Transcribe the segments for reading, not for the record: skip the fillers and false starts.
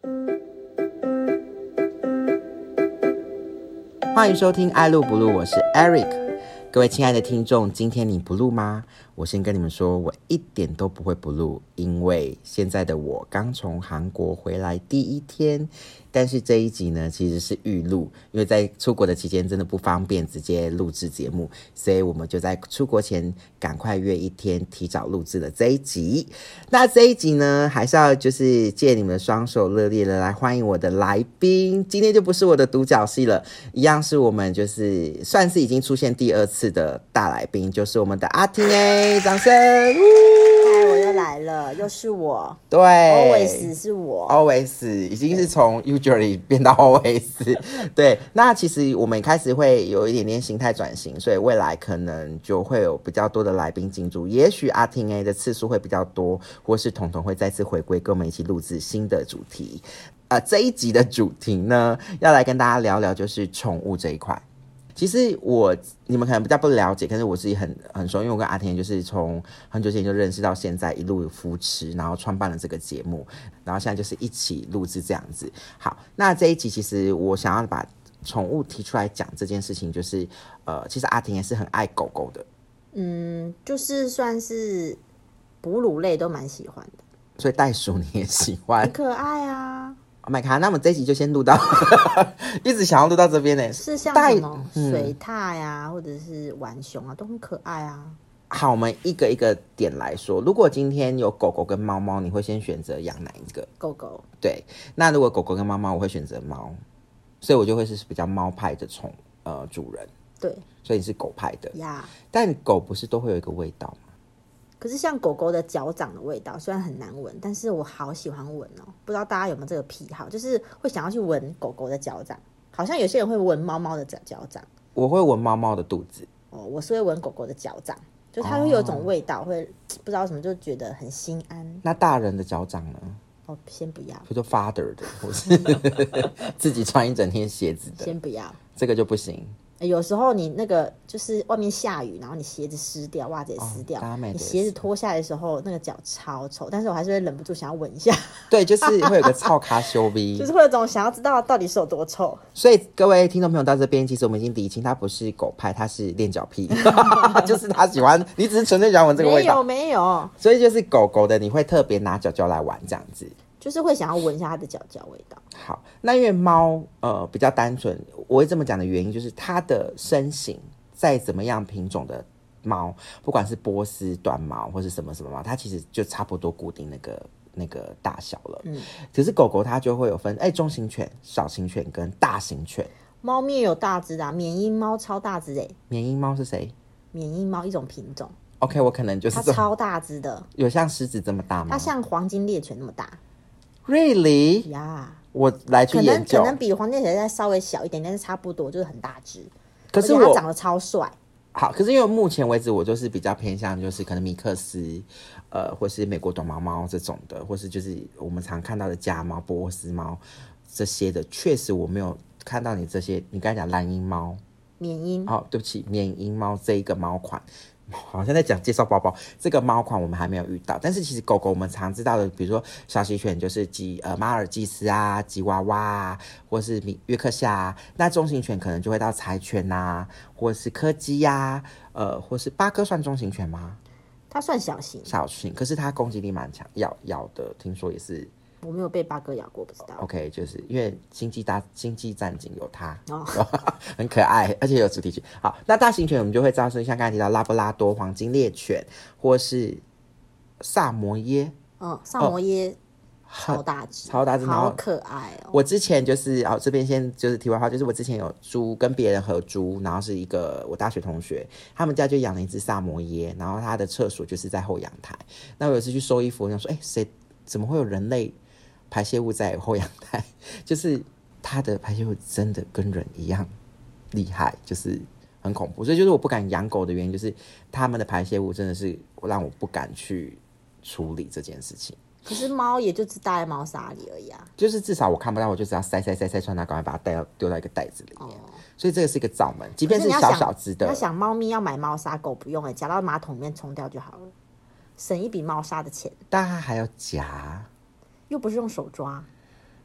欢迎收听爱录不录，我是 Eric。各位亲爱的听众，今天你不录吗？我先跟你们说，我一点都不会不录，因为现在的我刚从韩国回来第一天。但是这一集呢，其实是预录，因为在出国的期间真的不方便直接录制节目，所以我们就在出国前赶快约一天，提早录制了这一集。那这一集呢，还是要就是借你们的双手热烈的来欢迎我的来宾。今天就不是我的独角戏了，一样是我们就是算是已经出现第二次的大来宾，就是我们的阿婷A，掌声！ 嗨，我又来了，又是我。 对 ，always 是我 ，always 已经是从 usually 变到 always。对，那其实我们开始会有一点点心态转型，所以未来可能就会有比较多的来宾进驻，也许阿婷 A 的次数会比较多，或是彤彤会再次回归，跟我们一起录制新的主题。这一集的主题呢，要来跟大家聊聊就是宠物这一块。其实你们可能比较不了解，可是我自己很熟，因为我跟阿田就是从很久前就认识到现在，一路扶持，然后创办了这个节目，然后现在就是一起录制这样子。好，那这一集其实我想要把宠物提出来讲这件事情，就是其实阿田也是很爱狗狗的， 就是算是哺乳类都蛮喜欢的， 所以袋鼠你也喜欢， 很可爱啊。 Oh my god！ 那我们这一集就先录到，一直想要录到这边呢。 是像什么水獭呀，或者是浣熊啊，都很可爱啊。 好，我们一个一个点来说。如果今天有狗狗跟猫猫，你会先选择养哪一个？ 狗狗。 对，那如果狗狗跟猫猫，我会选择猫，所以我就会是比较猫派的主人。 对， 所以你是狗派的呀。 但狗不是都会有一个味道吗？ 可是像狗狗的脚掌的味道虽然很难闻，但是我好喜欢闻哦。不知道大家有没有这个癖好，就是会想要去闻狗狗的脚掌。好像有些人会闻猫猫的脚掌， 我会闻猫猫的肚子。 我是会闻狗狗的脚掌，就它会有一种味道，会不知道什么就觉得很心安。 那大人的脚掌呢？ 先不要。 比如说 father 的，或是自己穿一整天鞋子的， 先不要， 这个就不行。 有时候你那个就是外面下雨，然后你鞋子湿掉，袜子也湿掉，你鞋子脱下来的时候，那个脚超臭，但是我还是会忍不住想要闻一下。 对，就是会有个臭卡修鼻， 就是会有种想要知道到底是有多臭。 所以各位听众朋友到这边，其实我们已经理清，他不是狗派，他是恋脚癖，就是他喜欢，你只是纯粹喜欢闻这个味道， 没有。 所以就是狗狗的，你会特别拿脚脚来玩这样子。 就是会想要闻一下它的脚味道。 好，那因为猫比较单纯，我会这么讲的原因就是它的身形再怎么样品种的猫，不管是波斯短毛或是什么什么猫，它其实就差不多固定那个大小了。可是狗狗它就会有分中型犬、小型犬跟大型犬。 猫咪也有大只的缅因猫超大只欸。 缅因猫是谁？ 缅因猫一种品种。 OK， 我可能就是它超大只的， 有像狮子这么大吗？ 它像黄金猎犬那么大。 Really？ 呀、 我来去研究， 可能比黄金猎犬再稍微小一点，但是差不多就是很大只。 可是它长得超帅。 好，可是因为目前为止我就是比较偏向就是可能米克斯，或是美国短毛猫这种的，或是就是我们常看到的家猫、波斯猫这些的，确实我没有看到你这些。你刚才讲蓝鹰猫、 缅因， 对不起，缅因猫这一个猫款。好像在讲介绍包包，这个猫款我们还没有遇到，但是其实狗狗我们常知道的，比如说小型犬就是马尔济斯啊、吉娃娃啊，或是约克夏啊，那中型犬可能就会到柴犬啊，或是柯基啊，或是巴哥算中型犬吗？ 它算小型， 可是它攻击力蛮强，咬的听说也是。 我没有被八哥咬过，不知道。 OK， 就是因为星际战警有它，很可爱，而且有主题曲。好，那大型犬我们就会知道是像刚才提到拉布拉多、黄金猎犬，或是萨摩耶。 萨摩耶超大只，好可爱哦。 我之前就是这边先就是题外话，就是我之前有跟别人合租，然后是一个我大学同学，他们家就养了一只萨摩耶，然后他的厕所就是在后阳台。那我有一次去收衣服，我想说，怎么会有人类排泄物在后阳台？就是它的排泄物真的跟人一样厉害，就是很恐怖。所以就是我不敢养狗的原因，就是他们的排泄物真的是让我不敢去处理这件事情。 可是猫也就只搭在猫砂里而已啊， 就是至少我看不到，我就只要塞穿它，赶快把它丢到一个袋子里面。所以这个是一个罩门，即便是小只的。 要想猫咪要买猫砂，狗不用夹到马桶里面冲掉就好了，省一笔猫砂的钱。 但它还要夹， 又不是用手抓。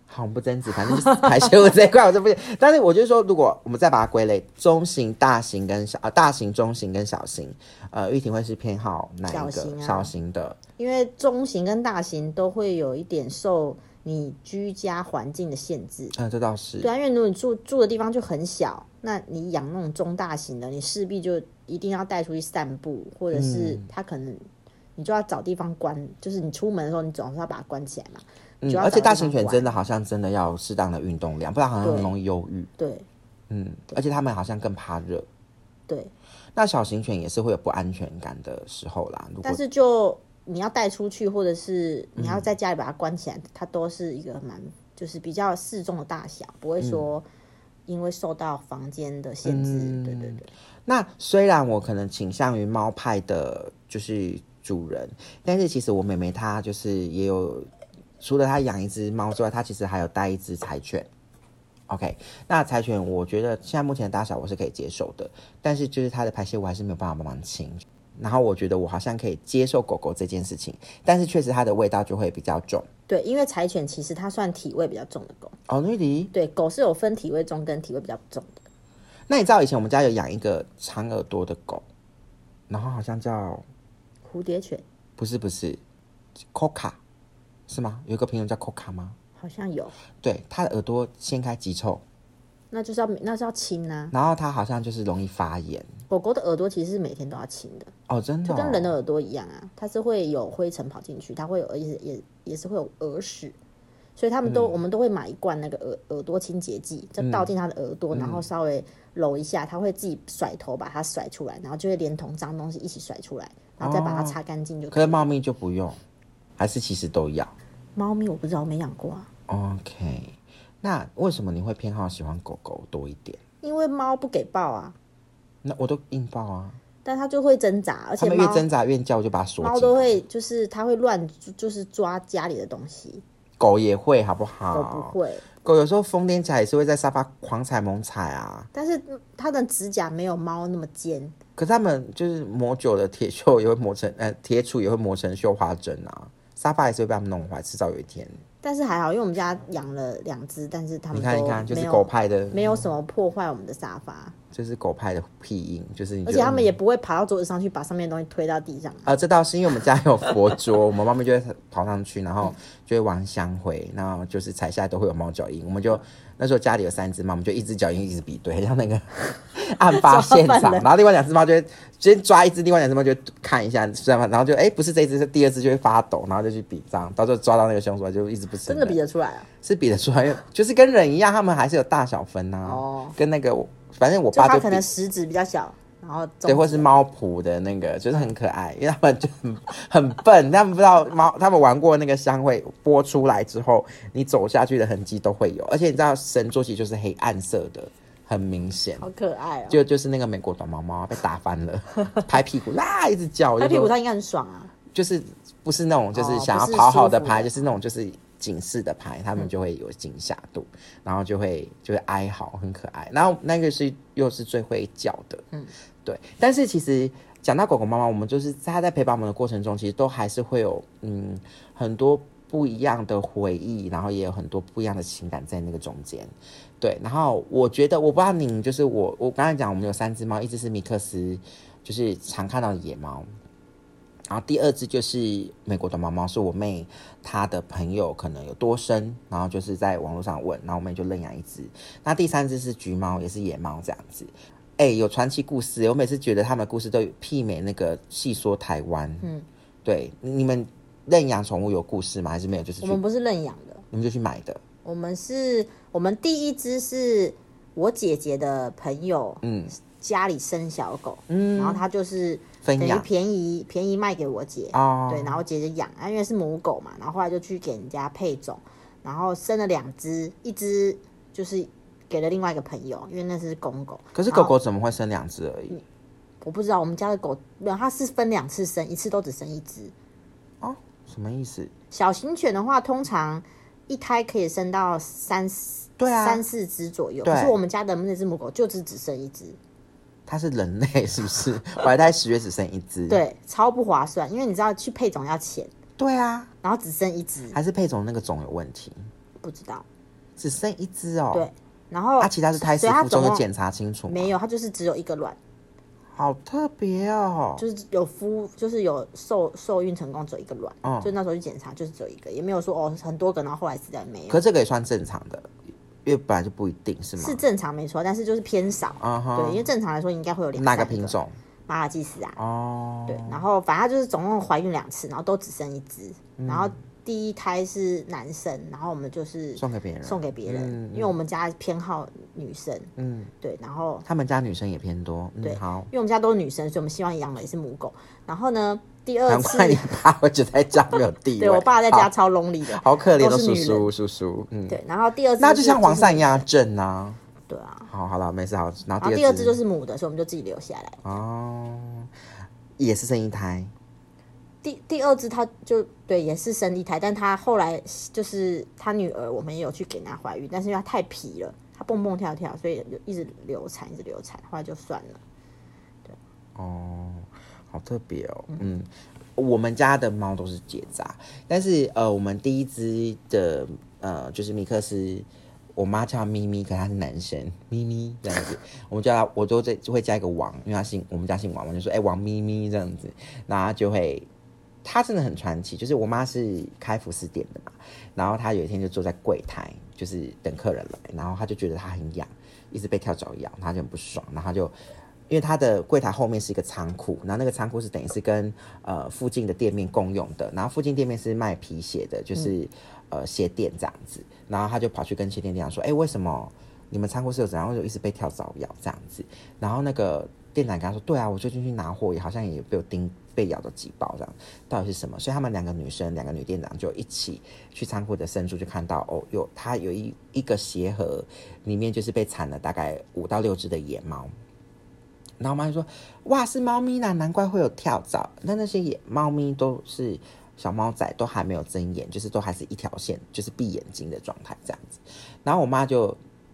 好不争执，反正就是排泄物这一块我就不。但是我就是说，如果我们再把它归类，中型、大型跟大型、中型跟小型，玉婷会是偏好哪一个？小型的， 因为中型跟大型都会有一点受你居家环境的限制。 这倒是。 对啊，因为如果你住的地方就很小，那你养那种中大型的，你势必就一定要带出去散步，或者是它可能你就要找地方关，就是你出门的时候你总是要把它关起来嘛。 而且大型犬真的好像真的要适当的运动量，不然好像很容易忧郁。 对， 而且他们好像更怕热。对，那小型犬也是会有不安全感的时候啦。 但是就你要带出去，或者是你要在家里把它关起来，它都是一个就是比较适中的大小，不会说因为受到房间的限制。对对对。 那虽然我可能倾向于猫派的，就是主人，但是其实我妹妹她就是也有。除了他养一只猫之外，他其实还有带一只柴犬。OK， 那柴犬我觉得现在目前的大小我是可以接受的，但是就是它的排泄物还是没有办法帮忙清。然后我觉得我好像可以接受狗狗这件事情，但是确实它的味道就会比较重。 对，因为柴犬其实它算体味比较重的狗。 哦，really？ 对，狗是有分体味重跟体味比较重的。 那你知道以前我们家有养一个长耳朵的狗，然后好像叫蝴蝶犬？ 不是 ，Coca。是吗？有一个品种叫 Coca 吗？ 好像有。 对，它的耳朵掀开极臭， 那是要清啊。 然后它好像就是容易发炎。 狗狗的耳朵其实是每天都要清的。 哦，真的。 就跟人的耳朵一样啊，它是会有灰尘跑进去，它会有也是会有耳屎，所以我们都会买一罐那个耳朵清洁剂，就倒进它的耳朵，然后稍微揉一下，它会自己甩头把它甩出来，然后就会连同脏东西一起甩出来，然后再把它擦干净就可以。 可是猫咪就不用。还是其实都要？ 猫咪我不知道，没养过啊。 OK， 那为什么你会偏好喜欢狗狗多一点？ 因为猫不给抱啊。 那我都硬抱啊。 但它就会挣扎，而且它们越挣扎越叫，我就把它锁紧。 猫都会就是它会乱就是抓家里的东西。 狗也会好不好？ 狗不会。 狗有时候疯癫起来也是会在沙发狂踩猛踩啊。 但是它的指甲没有猫那么尖。 可是它们就是磨久了，铁锈也会磨成铁杵也会磨成绣花针啊。沙发也是会被他们弄坏，迟早有一天。 但是还好，因为我们家养了2只，但是他们都你看，就是狗派的， 没有什么破坏我们的沙发。 就是狗派的屁硬，就是而且他们也不会爬到桌子上去，把上面的东西推到地上。 这倒是因为我们家有佛桌，我们猫咪就会跑上去，然后就会玩香灰，然后就是踩下来都会有猫脚印。我们就那时候家里有3只猫，我们就一只脚印一直比对，像那个案发现场，然后另外2只猫就会先抓一只，另外2只猫就看一下，然后就不是这一只，是第2只就会发抖，然后就去比账，到时候抓到那个凶手就一直不承认。 真的比得出来啊？ 是比得出来，就是跟人一样，他们还是有大小分啊。跟那个反正我爸就可能食指比较小，然后对，或是猫扑的那个，就是很可爱，因为他们就很笨，他们不知道他们玩过那个香会拨出来之后，你走下去的痕迹都会有，而且你知道神桌其实就是黑暗色的，很明显， 好可爱哦。 就是那个美国短毛猫被打翻了，拍屁股啦，一直叫， 拍屁股它应该很爽啊， 就是不是那种就是想要讨好的拍，就是那种就是警示的拍，他们就会有惊吓度，然后就会哀嚎，很可爱。然后那个又是最会叫的，对。但是其实讲到狗狗妈妈，我们就是它在陪伴我们的过程中，其实都还是会有很多不一样的回忆，然后也有很多不一样的情感在那个中间。对，然后我觉得我不知道你就是我刚才讲我们有3只猫，一只是米克斯，就是常看到的野猫。然后第2只就是美国短毛猫，是我妹她的朋友可能有多生，然后就是在网络上问，然后我妹就认养一只。那第3只是橘猫，也是野猫这样子。有传奇故事，我每次觉得他们的故事都媲美那个戏说台湾。对，你们认养宠物有故事吗？还是没有？就是我们不是认养的， 你们就去买的。我们第1只是我姐姐的朋友，家里生小狗，然后他就是分养， 便宜卖给我姐，对，然后我姐姐养，因为是母狗嘛，然后后来就去给人家配种，然后生了2只，一只就是给了另外一个朋友，因为那是公狗。 可是狗狗怎么会生2只而已？ 我不知道，我们家的狗没有，它是分2次生，一次都只生1只。 什么意思？ 小型犬的话，通常一胎可以生到3、4只左右，可是我们家的那只母狗就只生1只。 它是人类是不是？怀胎10月只生1只， 对，超不划算，因为你知道去配种要钱。 对啊， 然后只生1只， 还是配种那个种有问题？ 不知道。 只剩一只哦。 对，然后其他是胎死腹中有检查清楚吗？ 没有，它就是只有一个卵。 好特别哦， 就是就是有受孕成功只有一个卵，就那时候去检查就是只有一个，也没有说很多个，然后后来死掉没有。 可这个也算正常的，因为本来就不一定是吗？ 是正常没错，但是就是偏少。对，因为正常来说应该会有2-3个。 哪个品种？ 马尔济斯啊。 哦。 对，然后反正它就是总共怀孕2次，然后都只生1只，然后第一胎是男生，然后我们就是送给别人， 因为我们家偏好女生，对，然后他们家女生也偏多， 对， 好， 因为我们家都是女生，所以我们希望养的也是母狗。然后呢，第2次， 难怪你爸会觉得在家没有地位， 对我爸在家超 lonely 的， 好可怜的叔叔， 对，然后第2次那就像黄鳝一样正啊， 对啊， 好了，没事，好，然后第二只就是母的，所以我们就自己留下来， 也是生1胎。 第2只他就对也是生1胎，但他后来就是他女儿，我们也有去给她怀孕，但是因为她太皮了，她蹦蹦跳跳，所以就一直流产，后来就算了。对， 好特别哦。我们家的猫都是结扎，但是我们第1只的就是米克斯，我妈叫他咪咪，可他是男生，咪咪这样子，我们叫他，我都会加一个王，因为我们家姓王，我就说王咪咪这样子，然后就会。他真的很传奇，就是我妈是开服饰店的嘛，然后她有一天就坐在柜台，就是等客人来，然后她就觉得她很痒，一直被跳蚤咬，她就很不爽，然后她就因为她的柜台后面是一个仓库，然后那个仓库是等于是跟附近的店面共用的，然后附近店面是卖皮鞋的，就是鞋店这样子，然后她就跑去跟鞋店店长说，为什么你们仓库是有怎样，就一直被跳蚤咬这样子，然后那个店长跟他说，对啊，我最近去拿货也好像也被咬的几包这样，到底是什么？所以他们2个女生，2个女店长就一起去仓库的深处，就看到它有一个鞋盒，里面就是被产了大概5到6只的野猫。然后我妈就说：“哇，是猫咪啦，难怪会有跳蚤。那些猫咪都是小猫仔，都还没有睁眼，就是都还是一条线，就是闭眼睛的状态这样子。”然后我妈就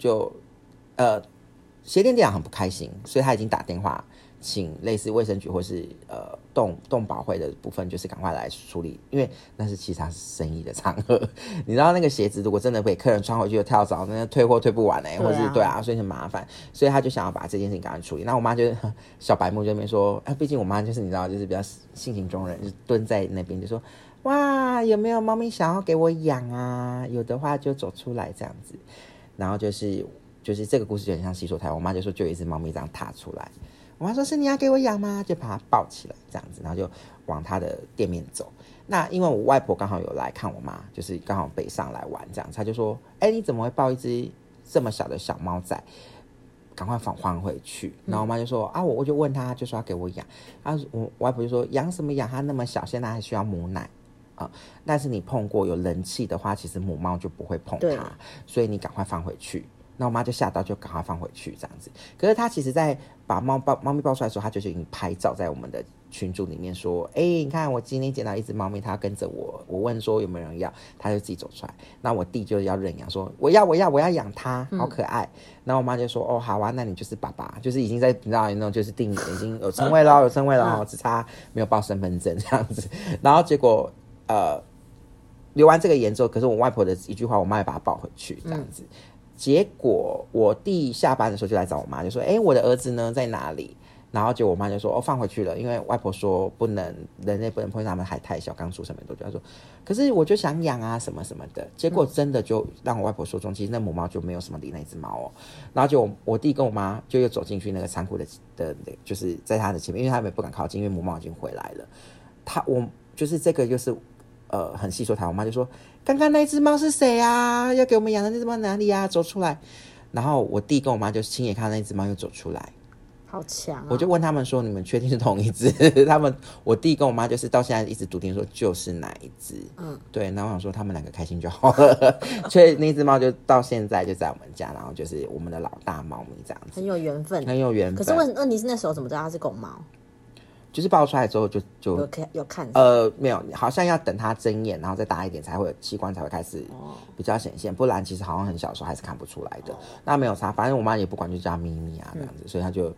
鞋店店长很不开心，所以他已经打电话请类似卫生局或是动保会的部分，就是赶快来处理，因为那是其实他是生意的场合，你知道那个鞋子如果真的被客人穿回去有跳蚤，那退货退不完或是对啊，所以很麻烦，所以他就想要把这件事情赶快处理。那我妈就小白目就那边说，毕竟我妈就是你知道，就是比较性情中人，就蹲在那边就说，哇，有没有猫咪想要给我养啊？有的话就走出来这样子，然后就是这个故事就很像洗手台，我妈就说就有一只猫咪这样踏出来，我妈说是你要给我养吗？就把它抱起来这样子，然后就往她的店面走。那因为我外婆刚好有来看我妈，就是刚好北上来玩这样，她就说你怎么会抱一只这么小的小猫仔，赶快还回去。然后我妈就说我就问她，就说要给我养，我外婆就说养什么养，它那么小，现在还需要母奶但是你碰过有人气的话，其实母猫就不会碰它，所以你赶快放回去。那我妈就吓到，就赶快放回去这样子。可是她其实在把猫咪抱出来的时候，她就已经拍照在我们的群组里面说，你看我今天捡到一只猫咪，它跟着我，我问说有没有人要，它就自己走出来。那我弟就要认养，说我要养它，好可爱。然后我妈就说好啊，那你就是爸爸，就是已经在你知道那种就是定已经有称谓了，只差没有报身份证这样子。然后结果留完这个言之后，可是我外婆的一句话，我妈也把它抱回去这样子。结果我弟下班的时候就来找我妈，就说我的儿子呢在哪里？然后就我妈就说放回去了，因为外婆说人类不能碰他们，还太小，刚出生没多久。她说可是我就想养啊什么什么的。结果真的就让我外婆说中，其实那母猫就没有什么理那只猫然后就我弟跟我妈就又走进去那个仓库的就是在他的前面，因为他们也不敢靠近，因为母猫已经回来了。我就是这个就是很细说台，我妈就说刚刚那只猫是谁啊？要给我们养的那只猫哪里啊？走出来。然后我弟跟我妈就亲眼看到那只猫又走出来， 好强我就问他们说你们确定是同一只？我弟跟我妈就是到现在一直笃定说就是哪一只。对，然后我想说他们2个开心就好了。所以那只猫就到现在就在我们家，然后就是我们的老大猫咪这样子， 很有缘分。可是问题是那时候怎么知道它是公猫？就是抱出来之后就有看没有，好像要等它睁眼，然后再大一点才会有器官才会开始比较显现，不然其实好像很小的时候还是看不出来的。那没有差，反正我妈也不管，就叫咪咪啊这样子，所以她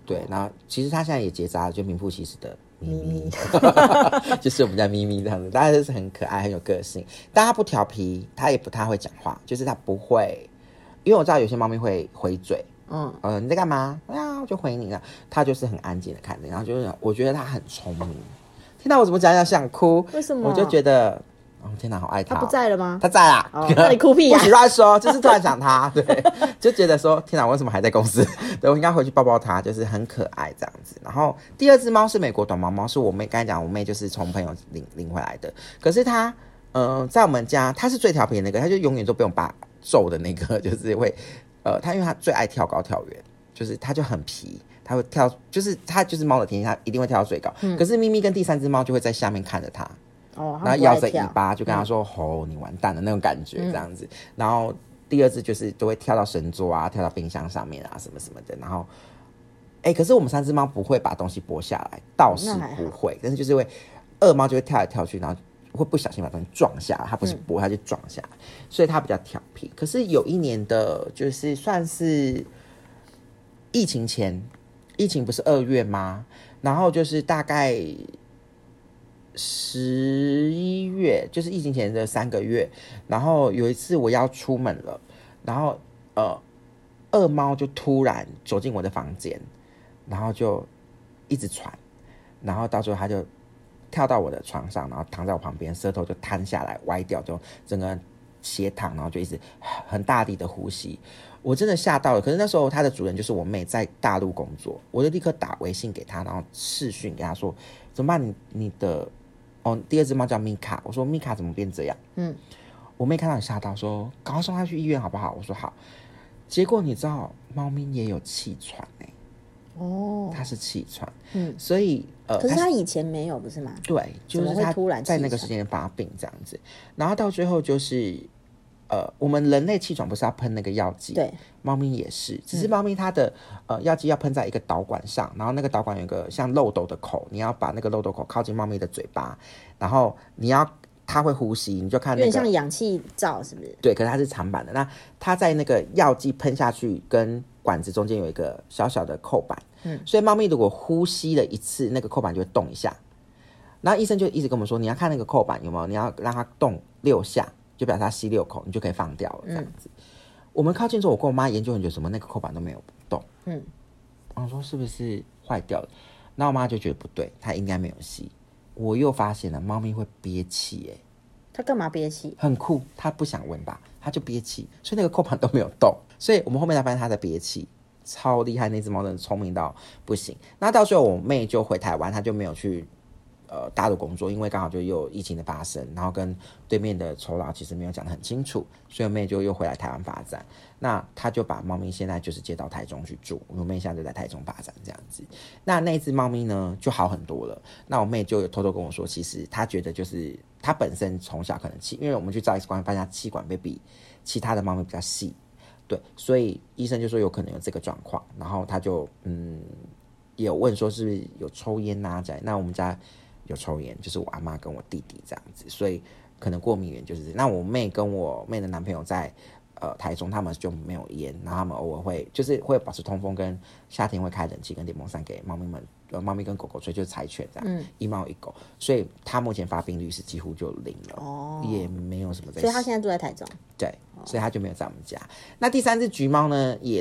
对，然后其实他现在也结扎了，就名副其实的咪咪，就是我们家咪咪这样子，大家就是很可爱，很有个性，但他不调皮，他也不太会讲话，就是他不会，因为我知道有些猫咪会回嘴，你在干嘛？我就回你了，他就是很安静的看着，然后就是我觉得他很聪明。听到我怎么讲想哭， 为什么？ 我就觉得。天哪，好爱他！ 他不在了吗？ 他在啦。 那你哭屁啊！ 不许乱说，就是突然想他，对，就觉得说天哪，我为什么还在公司？对，我应该回去抱抱他，就是很可爱这样子。然后第二只猫是美国短毛猫，是我妹刚才讲，我妹就是从朋友领回来的。可是它，在我们家它是最调皮的那个，它就永远都被我爸揍的那个，就是会，它因为它最爱跳高跳远，就是它就很皮。它会跳，就是它就是猫的天性，它一定会跳到最高。可是咪咪跟第三只猫就会在下面看着它。然后摇着尾巴就跟他说：“你完蛋了那种感觉，这样子。然后第二只就是都会跳到神桌啊，跳到冰箱上面啊，什么什么的。然后，可是我们三只猫不会把东西拨下来，倒是不会，但是就是会二猫就会跳来跳去，然后会不小心把东西撞下来。它不是拨，它就撞下来，所以它比较调皮。可是有一年的，就是算是疫情前，疫情不是2月吗？然后就是大概。11月就是疫情前的3个月，然后有一次我要出门了，然后二猫就突然走进我的房间，然后就一直喘，然后到最后它就跳到我的床上，然后躺在我旁边，舌头就瘫下来歪掉，就整个斜躺，然后就一直很大力的呼吸，我真的吓到了。可是那时候它的主人就是我妹，在大陆工作，我就立刻打微信给她，然后视讯给她说怎么办？你的第二只猫叫米卡，我说米卡怎么变这样？我妹看到很吓到，说赶快送她去医院好不好？我说好。结果你知道，猫咪也有气喘它是气喘，所以可是它以前没有，不是吗？ 对，就是它在那个时间发病这样子，然后到最后就是我们人类气喘不是要喷那个药剂， 对， 猫咪也是，只是猫咪它的药剂要喷在一个导管上，然后那个导管有一个像漏斗的口，你要把那个漏斗口靠近猫咪的嘴巴，然后它会呼吸，你就看那个有点像氧气罩，是不是？ 对，可是它是长板的，那它在那个药剂喷下去跟管子中间有一个小小的扣板，所以猫咪如果呼吸了一次，那个扣板就会动一下，然后医生就一直跟我们说，你要看那个扣板有没有，你要让它动6下。就表示它吸6口，你就可以放掉了，这样子。我们靠近之后，我跟我妈研究很久，什么那个扣板都没有动。我说是不是坏掉了？然后我妈就觉得不对，它应该没有吸。我又发现了，猫咪会憋气， 它干嘛憋气？ 很酷，它不想闻吧，它就憋气，所以那个扣板都没有动。所以我们后面才发现它在憋气，超厉害，那只猫真的聪明到不行。那到最后我妹就回台湾，她就没有去。大陆工作，因为刚好就有疫情的发生，然后跟对面的酬劳其实没有讲得很清楚，所以我妹就又回来台湾发展。那她就把猫咪现在就是接到台中去住，我妹现在就在台中发展这样子。那只猫咪呢就好很多了。那我妹就有偷偷跟我说，其实她觉得就是她本身从小可能因为我们去照 X 光发现她气管被比其他的猫咪比较细，对，所以医生就说有可能有这个状况。然后她就也有问说是不是有抽烟啊这样。那我们家有抽烟，就是我阿妈跟我弟弟这样子，所以可能过敏源就是这样。那我妹跟我妹的男朋友在台中，他们就没有烟，然后他们偶尔会保持通风，跟夏天会开冷气跟电风扇给猫咪们，猫咪跟狗狗吹，就是柴犬这样，一猫一狗，所以他目前发病率是几乎就0了，也没有什么在。 所以他现在住在台中， 对，所以他就没有在我们家。那第三只橘猫呢，也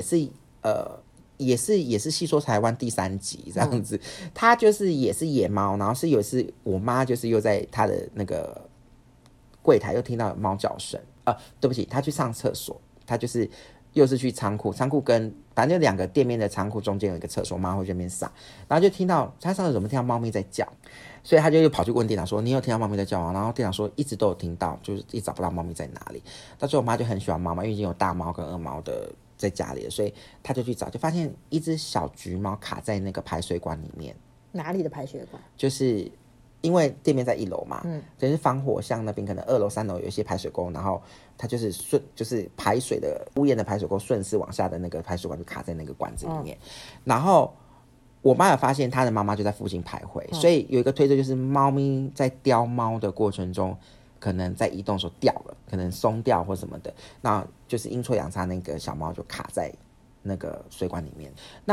是戏说台湾第3集这样子，它就是也是野猫，然后是有一次我妈就是又在她的那个柜台又听到猫叫声，对不起，她去上厕所，她就是又是去仓库跟反正就2个店面的仓库中间有一个厕所，妈会去那边上，然后就听到她上厕所听到猫咪在叫，所以她就又跑去问店长说你有听到猫咪在叫吗？然后店长说一直都有听到，就是一直找不到猫咪在哪里。到最后我妈就很喜欢猫嘛，因为已经有大猫跟二猫的在家里了，所以他就去找，就发现一只小橘猫卡在那个排水管里面。 哪里的排水管？ 就是因为店面在1楼嘛，就是防火巷那边可能2楼3楼有一些排水沟，然后它就是就是排水的屋檐的排水沟顺势往下的那个排水管就卡在那个管子里面。然后我妈有发现她的妈妈就在附近徘徊，所以有一个推测就是猫咪在叼猫的过程中可能在移动的时候掉了，可能松掉或什么的，那就是阴错阳差，那个小猫就卡在那个水管里面。那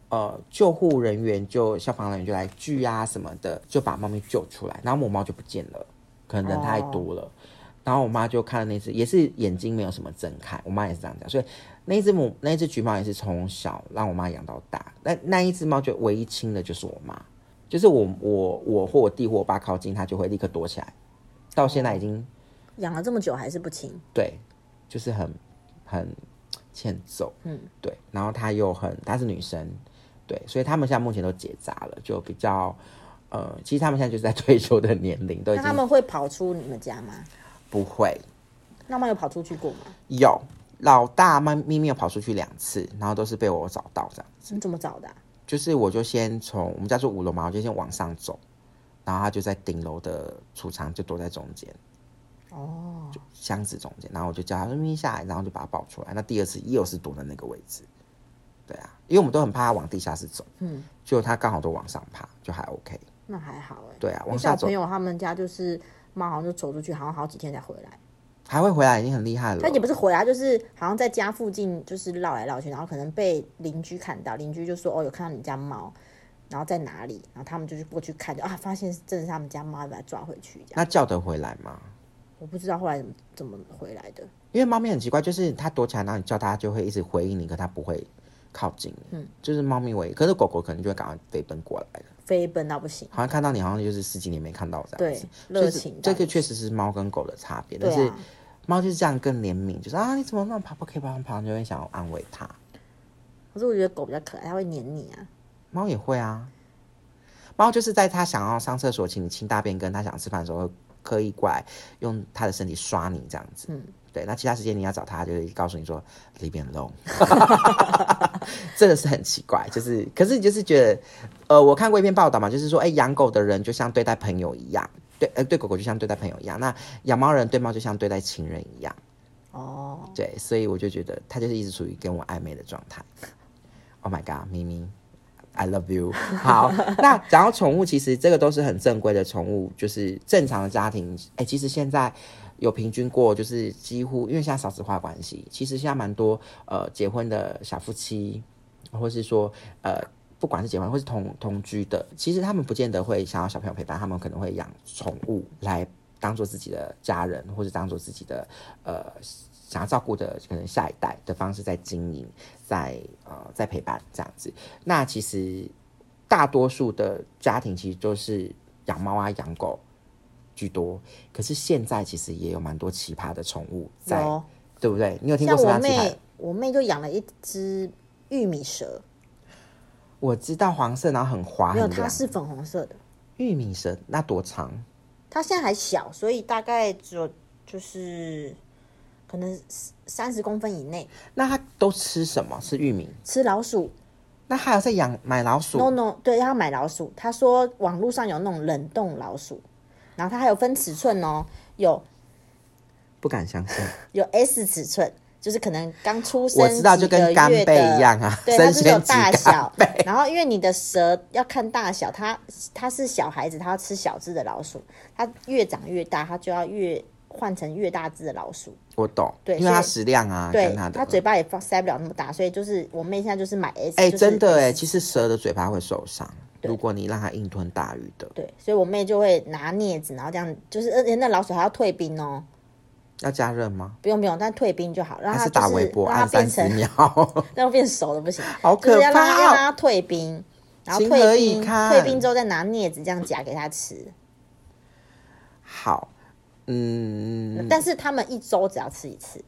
救护人员消防人员就来锯啊什么的，就把猫咪救出来，然后母猫就不见了，可能人太多了。然后我妈就看了那只，也是眼睛没有什么睁开，我妈也是这样讲，所以那一只橘猫也是从小让我妈养到大。那一只猫就唯一亲的就是我妈，就是我或我弟或我爸靠近它就会立刻躲起来，到现在已经养了这么久还是不亲。 对，就是很欠揍。对，然后她是女生，对，所以他们现在目前都结扎了，就比较其实他们现在就是在退休的年龄，都已经。 那他们会跑出你们家吗？ 不会。 那猫有跑出去过吗？ 有，老大咪咪有跑出去2次，然后都是被我找到这样子。 你怎么找的就是我就先从我们家住5楼嘛，我就先往上走，然后他就在顶楼的储藏就躲在中间。就箱子中间，然后我就叫他说咪咪下来，然后就把他抱出来。那第2次又是躲在那个位置。对啊，因为我们都很怕他往地下室走，就他刚好都往上爬，就还 OK。 那还好对啊，往下走。 小朋友他们家就是猫好像就走出去，好像好几天才回来。 还会回来已经很厉害了。 他也不是回来，就是好像在家附近就是绕来绕去，然后可能被邻居看到，邻居就说有看到你家猫，然后在哪里，然后他们就过去看，发现真的是他们家猫，要把它抓回去。 那叫得回来吗？ 我不知道后来怎么回来的。 因为猫咪很奇怪，就是它躲起来，然后你叫它就会一直回应你，可它不会靠近你。就是猫咪唯一，可是狗狗可能就会赶快飞奔过来了。 飞奔到不行， 好像看到你好像就是10几年没看到这样子。 对，热情。 这个确实是猫跟狗的差别，但是猫就是这样更怜悯，就是你怎么那么跑不可以帮忙，就会想要安慰它。 可是我觉得狗比较可爱，它会黏你啊。 猫也会啊，猫就是在它想要上厕所请你清大便，跟它想吃饭的时候，会刻意过来用它的身体刷你这样子。对，那其他时间你要找它，就会告诉你说 leave me alone。这个是很奇怪，就是可是你就是觉得，我看过一篇报道嘛，就是说，养狗的人就像对待朋友一样，对狗狗就像对待朋友一样，那养猫人对猫就像对待情人一样。对，所以我就觉得它就是一直处于跟我暧昧的状态。Oh my god， 咪咪 I love you。 好，那讲到宠物，其实这个都是很正规的宠物，就是正常的家庭。其实现在有平均过，就是几乎因为现在少子化关系，其实现在蛮多结婚的小夫妻，或是说不管是结婚或是同居的，其实他们不见得会想要小朋友陪伴，他们可能会养宠物来当做自己的家人，或是当做自己的想要照顾的可能下一代的方式在经营，在陪伴这样子。那其实大多数的家庭其实都是养猫啊养狗居多，可是现在其实也有蛮多奇葩的宠物在，对不对？你有听过什么样奇葩的？ 像我妹就养了一只玉米蛇。 我知道黄色，然后很滑， 没有，它是粉红色的玉米蛇。那多长？ 它现在还小，所以大概只有就是可能30公分以内。 那它都吃什么？吃玉米？ 吃老鼠？ 那还有在买老鼠 ？No， 对，要买老鼠。他说网络上有那种冷冻老鼠，然后它还有分尺寸哦， 不敢相信， 有 S 尺寸。就是可能刚出生， 我知道就跟干贝一样啊， 对，它就是有大小。然后因为你的蛇要看大小，它是小孩子，它要吃小只的老鼠，它越长越大，它就要换成越大只的老鼠。 我懂， 对， 因为它食量啊， 对，它嘴巴也塞不了那么大，所以就是我妹现在就是买 S。 真的其实蛇的嘴巴会受伤，如果你让它硬吞大鱼的。 对，所以我妹就会拿镊子，然后这样，就是而且那老鼠还要退冰哦。 要加热吗？ 不用，但退冰就好，让它打微波按30秒， 让它变熟了不行， 好可怕！ 就是要让它退冰，然后退冰之后再拿镊子这样夹给它吃。 好， 但是他们1周只要吃1次。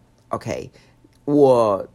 OK， 我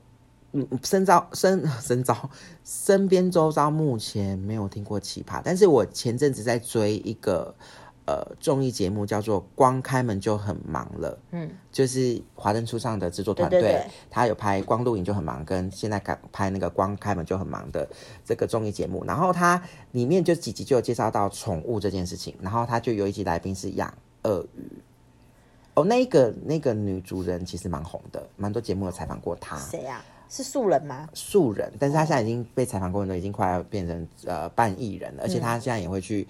身边周遭目前没有听过奇葩，但是我前阵子在追一个综艺节目叫做《光开门就很忙了》，就是华灯初上的制作团队，他有拍《光录影就很忙》，跟现在拍那个《光开门就很忙》的这个综艺节目，然后它里面就几集就有介绍到宠物这件事情，然后他就有一集来宾是养鳄鱼。那个女主人其实蛮红的，蛮多节目有采访过她。 谁啊？是素人吗？ 素人，但是她现在已经被采访过很多，已经快要变成半艺人了，而且她现在也会去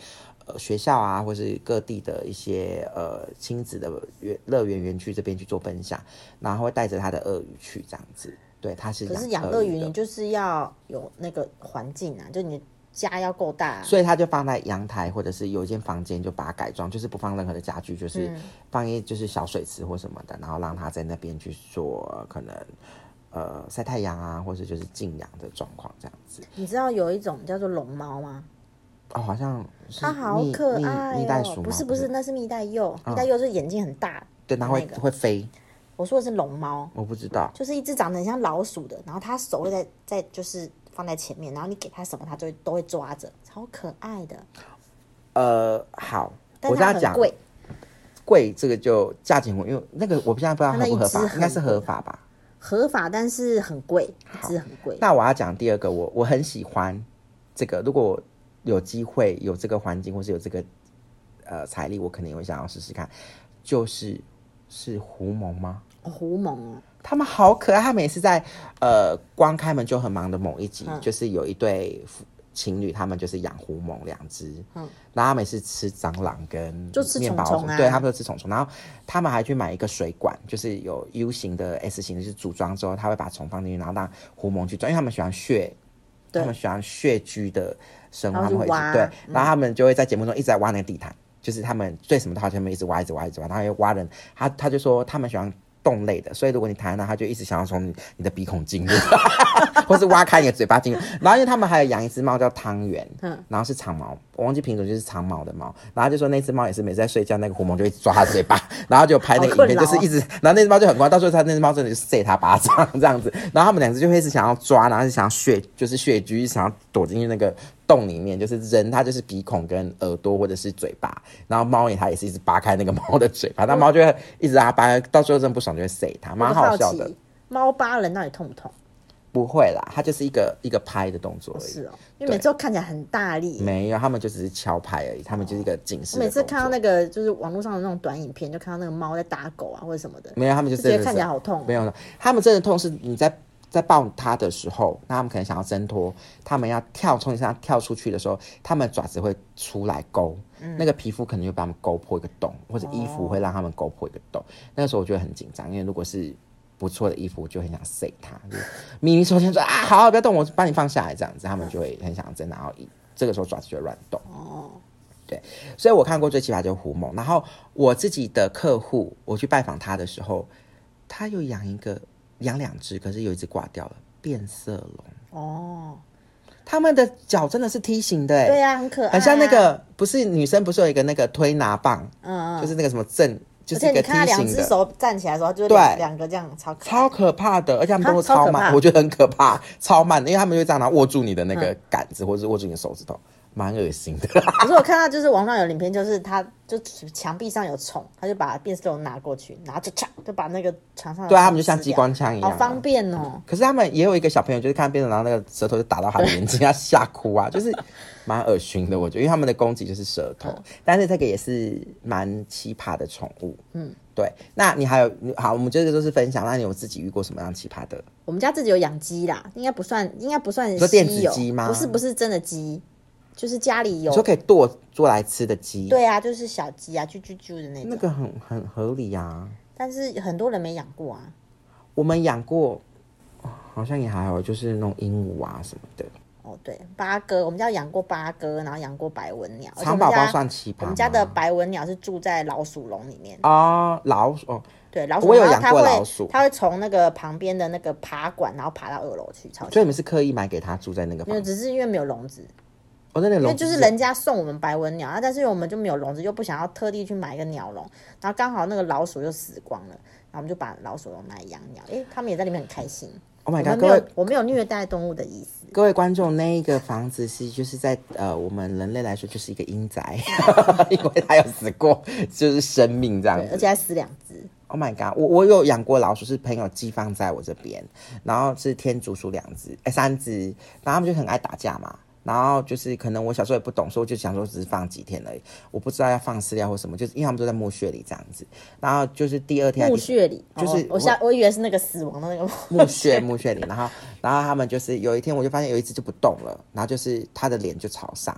学校啊，或是各地的一些亲子的乐园园区这边去做分享，然后会带着他的鳄鱼去这样子。对，他是可是养鳄鱼你就是要有那个环境啊，就你家要够大啊， 所以他就放在阳台或者是有一间房间就把它改装，就是不放任何的家具，就是放一就是小水池或什么的，然后让他在那边去做可能晒太阳啊，或者就是静养的状况这样子。 你知道有一种叫做龙猫吗？ 哦，好像是它好可爱蜜袋鼠吗？ 不是，那是蜜袋鼬。蜜袋鼬是眼睛很大， 对，它会飞。 我说的是龙猫， 我不知道， 就是一只长得很像老鼠的，然后它手会在就是放在前面，然后你给它什么，它都会抓着，超可爱的。 好， 但我这样讲，贵这个就价钱，因为那个我现在不知道合不合法，应该是合法吧？ 合法，但是很贵，一只很贵。 那我要讲第二个，我很喜欢这个，如果有机会有这个环境或是有这个财力，我肯定会想要试试看，就是狐獴吗？ 狐獴哦， 他们好可爱。他们也是在光开门就很忙的某一集，就是有一对情侣，他们就是养狐獴2只，然后他们也是吃蟑螂跟就吃面包虫虫啊， 对，他们都吃虫虫。然后他们还去买一个水管，就是有 U 型的 S 型的，就是组装之后，他会把虫放进去，然后让狐獴去钻，因为他们喜欢他们喜欢穴居的生物，他们会对，然后他们就会在节目中一直在挖那个地毯。就是他们对什么都好，他们一直挖，然后又挖人。他就说他们喜欢动类的，所以如果你躺在那，他就一直想要从你的鼻孔进入，或是挖开你的嘴巴进入。然后因为他们还有养一只猫叫汤圆，然后是长毛，我忘记品种，就是长毛的猫。然后就说那只猫也是每次在睡觉，那个狐獴就一直抓它嘴巴，然后就拍那个影片，就是一直，然后那只猫就很乖，到最后那只猫真的就塞他巴掌这样子。然后他们2只就会一直想要抓，然后就想要就是穴居，想要躲进去那个洞里面，就是人它就是鼻孔跟耳朵或者是嘴巴，然后猫它也是一直扒开那个猫的嘴巴，那猫就会一直让它扒开，到最后真不爽就会塞它，蛮好笑的。 猫扒人到底痛不痛？ 不会啦，它就是一个拍的动作而已。 是哦，因为每次都看起来很大力。 没有，他们就只是敲拍而已，他们就是一个警示的动作。 我每次看到那个就是网络上的那种短影片，就看到那个猫在打狗啊或者什么的， 没有，他们就觉得看起来好痛。 没有，他们真的痛是你在抱它的时候，那他们可能想要挣脱，他们要从你身上跳出去的时候，他们爪子会出来勾，那个皮肤可能就把他们勾破一个洞，或者衣服会让他们勾破一个洞。那个时候我就会很紧张，因为如果是不错的衣服，我就很想塞它，就是明明手先说啊，好，不要动，我把你放下来这样子，他们就会很想挣，然后这个时候爪子就会乱动。对，所以我看过最奇葩就是狐獴。然后我自己的客户，我去拜访他的时候，他有养2只，可是有一只挂掉了，变色龙。他们的脚真的是梯形的， 对啊，很可爱， 很像那个不是女生不是有一个那个推拿棒，就是那个什么就是一个梯形的。而且你看 2只手站起来的时候，就是两个这样， 超可怕的，而且他们都超慢，我觉得很可怕，超慢的，因为他们就这样拿握住你的那个杆子，或者是握住你的手指头。蛮恶心的。 可是我看到就是网上有影片，就是他就墙壁上有虫，他就把变色龙拿过去，然后就把那个墙上的， 对啊，他们就像机关枪一样， 好方便哦。 可是他们也有一个小朋友，就是看变色龙，然后那个舌头就打到他的眼睛，他吓哭啊，就是蛮恶心的。我觉得，因为他们的攻击就是舌头，但是这个也是蛮奇葩的宠物。对。那你还有好，我们这个都是分享。那你有自己遇过什么样奇葩的？ 我们家自己有养鸡啦，应该不算稀有。 说电子鸡吗？ 不是真的鸡。就是家里有， 你说可以做来吃的鸡， 对啊，就是小鸡啊，啾啾啾的那种， 那个很合理啊。 但是很多人没养过啊。 我们养过，好像也还好，就是那种鹦鹉啊什么的。 哦，对，八哥，我们家养过八哥，然后养过白文鸟。 蚕宝宝算奇葩吗？ 我们家的白文鸟是住在老鼠笼里面哦，老鼠哦， 对，老鼠。 我有养过老鼠， 它会从那个旁边的那个爬管，然后爬到2楼去。所以你们是刻意买给它住在那个房？ 没有，只是因为没有笼子。 因为就是人家送我们白文鸟，但是因为我们就没有笼子，又不想要特地去买一个鸟笼，然后刚好那个老鼠就死光了，然后我们就把老鼠笼拿来养鸟，他们也在里面很开心。 Oh my god！ 我没有虐待动物的意思。 各位观众，那一个房子就是在我们人类来说就是一个阴宅，因为它有死过，就是生命这样子， 而且还死2只。 Oh my god！ 我有养过老鼠，是朋友寄放在我这边，然后是天竺鼠3只，然后他们就很爱打架嘛。然后就是可能我小时候也不懂，所以我就想说只是放几天而已，我不知道要放饲料或什么，就是因为他们都在墓穴里这样子。然后就是第2天墓穴里， 就是我以为是那个死亡的那个墓穴里。然后他们就是有一天我就发现有一只就不动了，然后就是它的脸就朝上，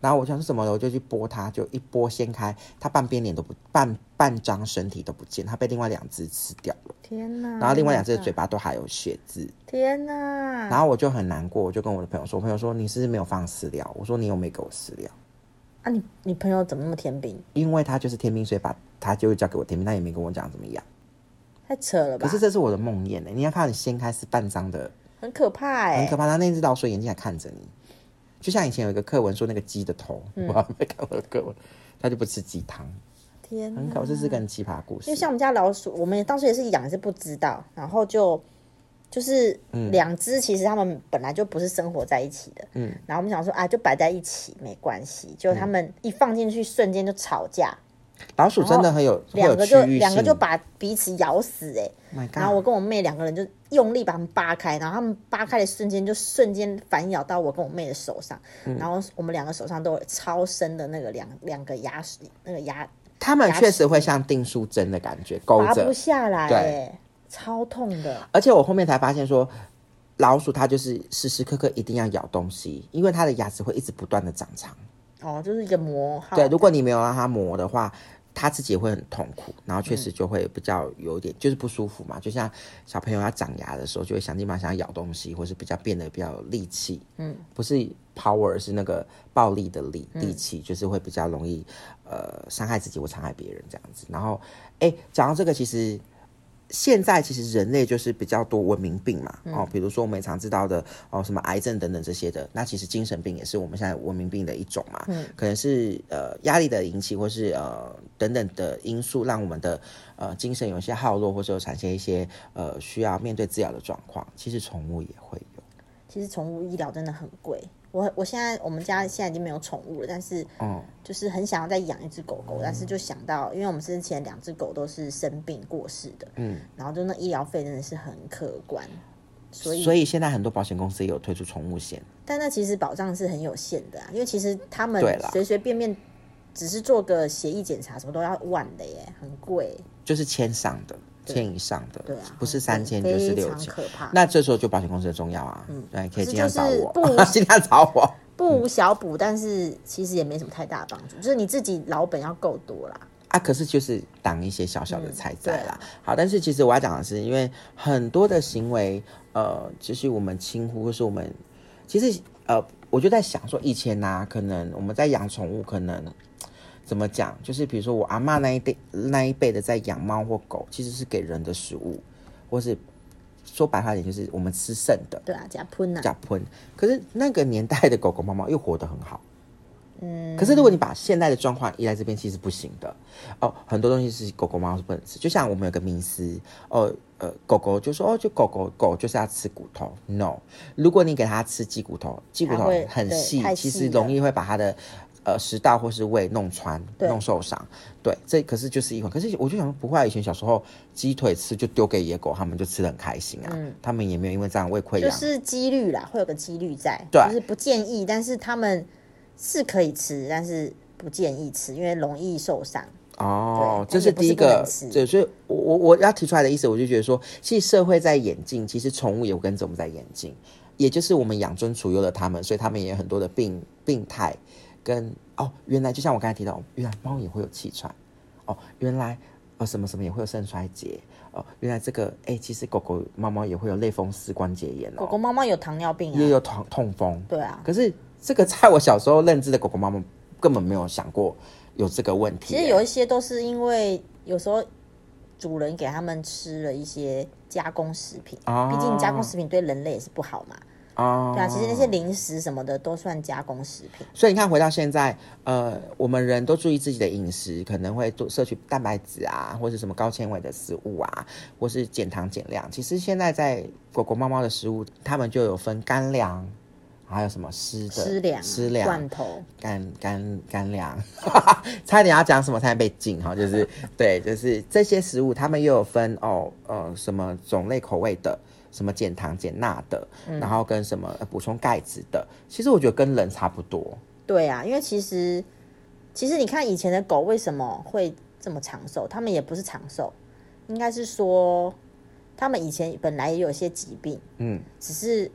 然后我想说什么了，我就去拨它，就一拨掀开，它半边脸都不半张身体都不见，它被另外2只吃掉了。 天哪！ 然后另外2只的嘴巴都还有血渍。 天哪！ 然后我就很难过，我就跟我的朋友说，我朋友说你是不是没有放饲料？我说你有没有给我饲料？ 啊你朋友怎么那么天兵？ 因为他就是天兵，所以他就会交给我天兵，他也没跟我讲怎么样。 太扯了吧！ 可是这是我的梦魇你要看你掀开是半张的， 很可怕很可怕。他那只老鼠眼睛还看着你，就像以前有一个课文说那个鸡的头，我还没看过的课文，他就不吃鸡汤。 天哪， 很可怕，这是个很奇葩的故事。 因为像我们家老鼠，我们当时也是养，是不知道，然后就是2只，其实他们本来就不是生活在一起的，然后我们想说啊，就摆在一起没关系，就他们一放进去瞬间就吵架。 老鼠真的很有两个就把彼此咬死 ，My God， 然后我跟我妹2个人就用力把它们扒开，然后他们扒开的瞬间反咬到我跟我妹的手上，然后我们2个手上都有超深的那个两个牙齿，那个牙， 他们确实会像订书针的感觉勾着， 拔不下来超痛的。 而且我后面才发现说，老鼠它就是时时刻刻一定要咬东西，因为它的牙齿会一直不断的长长。 就是一个磨耗。 对，如果你没有让它磨的话，它自己也会很痛苦，然后确实就会比较有点就是不舒服嘛。就像小朋友要长牙的时候，就会想尽办法想要咬东西，或是变得比较有力气。不是 power， 是那个暴力的力气，就是会比较容易伤害自己或伤害别人这样子。然后，讲到这个，其实。现在其实人类就是比较多文明病嘛，比如说我们也常知道的什么癌症等等这些的，那其实精神病也是我们现在文明病的一种嘛，可能是压力的引起，或是等等的因素，让我们的精神有一些耗弱，或者有产生一些需要面对治疗的状况。其实宠物也会有， 其实宠物医疗真的很贵。我们家现在已经没有宠物了，但是就是很想要再养一只狗狗，但是就想到，因为我们之前2只狗都是生病过世的，然后就那医疗费真的是很可观， 所以现在很多保险公司也有推出宠物险， 但那其实保障是很有限的因为其实他们随随便便只是做个血液检查什么都要1万的耶，很贵， 就是1000上的。1000以上的， 对不是3000就是6000， 可怕。 那这时候就保险公司的重要啊，对，可以尽量找我， 尽量找我， 不无小补，但是其实也没什么太大的帮助，就是你自己老本要够多啦。 可是就是挡一些小小的财灾啦。好，但是其实我要讲的是，因为很多的行为，就是我们轻忽，或是我们其实我就在想说，以前可能我们在养宠物，可能。怎么讲？就是比如说我阿嬷那一辈的在养猫或狗，其实是给人的食物，或是说白话点就是我们吃剩的。 对啊，加喷啊， 加喷。可是那个年代的狗狗猫猫又活得很好。可是如果你把现在的状况移来这边，其实不行的很多东西是狗狗猫猫是不能吃。就像我们有个迷思狗狗就说就狗就是要吃骨头 ，no。如果你给它吃鸡骨头很细，其实容易会把它的。食道或是胃弄穿、弄受伤，对，这可是就是一环。可是我就想说，不会以前小时候鸡腿吃就丢给野狗，他们就吃得很开心他们也没有因为这样胃溃疡， 就是几率啦，会有个几率在， 对， 就是不建议，但是他们是可以吃，但是不建议吃，因为容易受伤。 这是第一个，对，所以我要提出来的意思，我就觉得说，其实社会在演进，其实宠物也跟着我们在演进，也就是我们养尊处优的他们，所以他们也有很多的病态。跟原来就像我刚才提到，原来猫也会有气喘原来什么什么也会有肾衰竭原来这个其实狗狗猫猫也会有类风湿关节炎狗狗猫猫有糖尿病也有痛风， 对啊。 可是这个在我小时候认知的狗狗猫猫根本没有想过有这个问题。 其实有一些都是因为有时候主人给他们吃了一些加工食品，毕竟加工食品对人类也是不好嘛。对啊，其实那些零食什么的都算加工食品。 所以你看，回到现在，我们人都注意自己的饮食，可能会多摄取蛋白质或是什么高纤维的食物或是减糖减量。其实现在在狗狗猫猫的食物，他们就有分干粮，还有什么湿粮、 罐头、 干粮，差一点要讲什么差点被禁就是对，就是这些食物，他们又有分什么种类口味的。什么减糖减钠的，然后跟什么补充钙质的，其实我觉得跟人差不多。 对啊，因为其实你看以前的狗为什么会这么长寿，他们也不是长寿，应该是说他们以前本来也有一些疾病，只是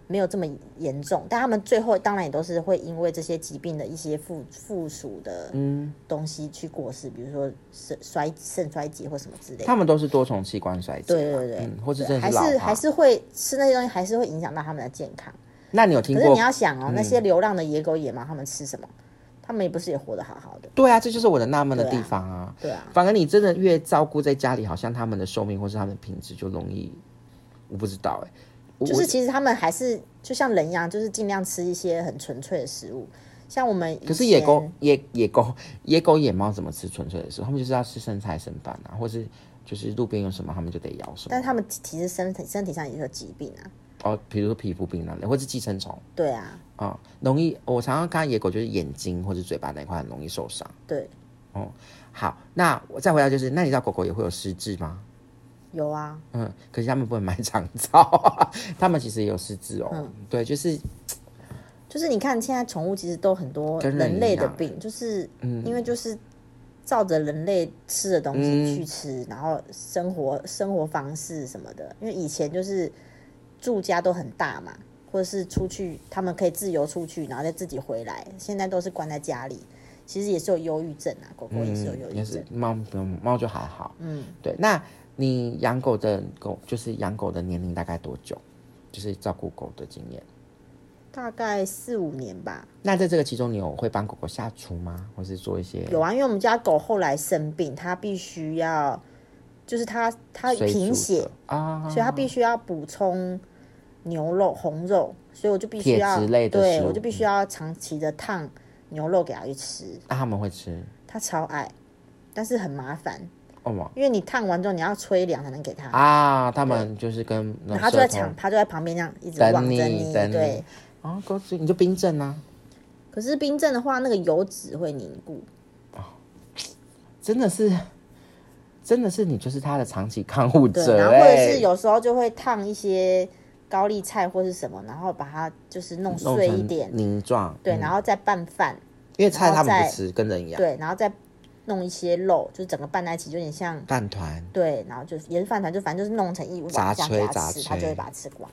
没有这么严重，但他们最后当然也都是会因为这些疾病的一些附属的东西去过世，比如说肾衰竭或什么之类的。 他们都是多重器官衰竭， 对， 或者真的是老化， 还是会吃那些东西，还是会影响到他们的健康。 那你有听过？ 可是你要想那些流浪的野狗野猫，他们吃什么？他们也不是也活得好好的。 对啊，这就是我的纳闷的地方啊。 对啊， 反而你真的越照顾在家里，好像他们的寿命或是他们的品质就容易，我不知道就是其实他们还是就像人一样，就是尽量吃一些很纯粹的食物。像我们可是野狗野猫怎么吃纯粹的食物？他们就是要吃剩菜剩饭啊，或是就是路边有什么他们就得咬什么。 但是他们其实身体上也有疾病啊。 比如说皮肤病那类，或是寄生虫。 对啊。 容易。我常常看到野狗就是眼睛或者嘴巴那一块很容易受伤。 对。 好，那我再回到就是，那你知道狗狗也会有失智吗？ 有啊。 可是他们不能买长照，他们其实也有失智对，就是你看现在宠物其实都很多人类的病，就是因为就是照着人类吃的东西去吃，然后生活方式什么的。因为以前就是住家都很大嘛，或者是出去他们可以自由出去，然后再自己回来。现在都是关在家里，其实也是有忧郁症狗狗也是有忧郁症。 猫就还好。对。那你养狗的年龄大概多久？就是照顾狗的经验。 大概4-5年吧。 那在这个其中，你有会帮狗狗下厨吗？或是做一些？ 有啊，因为我们家狗后来生病，它必须要，就是它贫血所以它必须要补充牛肉、红肉，所以我就必须要铁质类的食物， 对，我就必须要长期的烫牛肉给它去吃。 那他们会吃？ 它超爱，但是很麻烦。因为你烫完之后你要吹凉才能给它他们就是跟它就在旁边这样一直望着你，对。 狗子你就冰镇啊。 可是冰镇的话，那个油脂会凝固。 真的是你就是它的长期看护者。 然后或者是有时候就会烫一些高丽菜或是什么，然后把它就是弄碎一点泥状， 对，然后再拌饭， 因为菜他们不吃，跟人一样。 对，然后再弄一些肉，就是整个拌在一起，就有点像饭团。 对，然后就是也是饭团，就反正就是弄成一碗杂这样给它吃， 他就会把它吃光。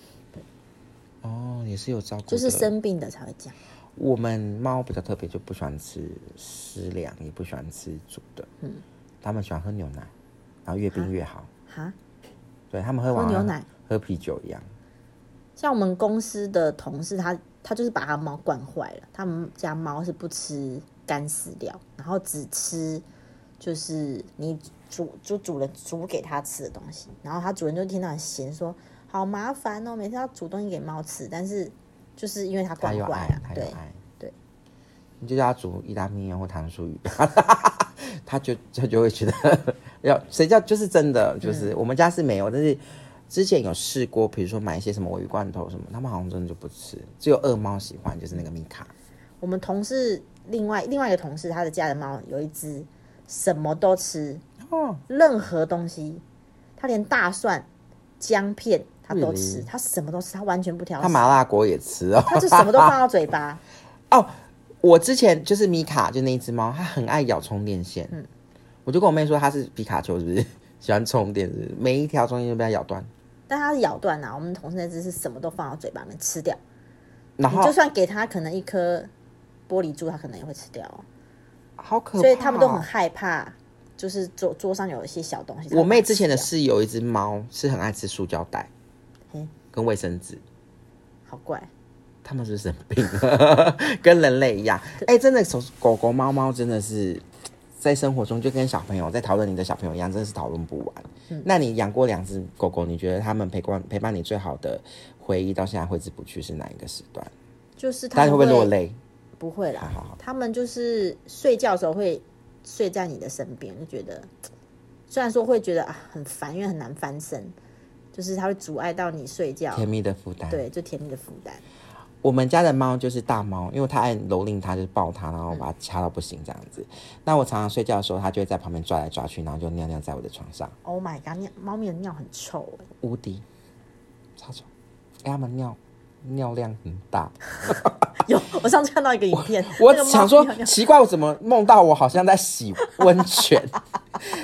也是有照顾的， 就是生病的才会这样。 我们猫比较特别，就不喜欢吃湿粮，也不喜欢吃煮的。他们喜欢喝牛奶，然后越冰越好。对，他们喝牛奶， 喝啤酒一样。 像我们公司的同事，他就是把他猫惯坏了。他们家猫是不吃干饲料，然后只吃就是你主人煮给他吃的东西。然后他主人就听到很闲说，好麻烦每次要煮东西给猫吃，但是就是因为他惯坏了，对， 你就叫他煮意大利面或糖醋鱼，他就会觉得谁叫就是真的，就是我们家是没有，但是之前有试过，比如说买一些什么鲔鱼罐头什么，他们好像真的就不吃，只有二猫喜欢，就是那个米卡。 我们同事另外一个同事，他的家的猫有一只什么都吃，任何东西，他连大蒜、姜片他都吃，他什么都吃，他完全不挑食。 他麻辣锅也吃他就什么都放到嘴巴。 我之前就是米卡，就那一只猫，它很爱咬充电线。我就跟我妹说，它是皮卡丘，是不是喜欢充电？是不是每一条充电线都被它咬断？ 但它是咬断我们同事那只是什么都放到嘴巴里面吃掉， 然后你就算给它可能一颗玻璃珠，它可能也会吃掉。 好可怕！ 所以他们都很害怕，就是桌上有一些小东西。 我妹之前的室友有一只猫，是很爱吃塑胶袋，跟卫生纸。 好怪。 他们是生病了，跟人类一样。真的，狗狗、猫猫真的是在生活中就跟小朋友在讨论你的小朋友一样，真的是讨论不完。那你养过2只狗狗，你觉得他们陪伴你最好的回忆到现在挥之不去是哪一个时段？ 就是他们会不会落泪？ 不会啦， 好他们就是睡觉的时候会睡在你的身边，就觉得虽然说会觉得很烦，因为很难翻身，就是它会阻碍到你睡觉， 甜蜜的负担。 对，就甜蜜的负担。 我们家的猫就是大猫，因为它爱蹂躏它，就是抱它，然后把它掐到不行这样子。那我常常睡觉的时候，它就会在旁边抓来抓去，然后就尿尿在我的床上。 Oh my god， 猫咪的尿很臭无敌，超臭！它们尿量很大。 有，我上次看到一个影片， 我想说奇怪，我怎么梦到我好像在洗温泉？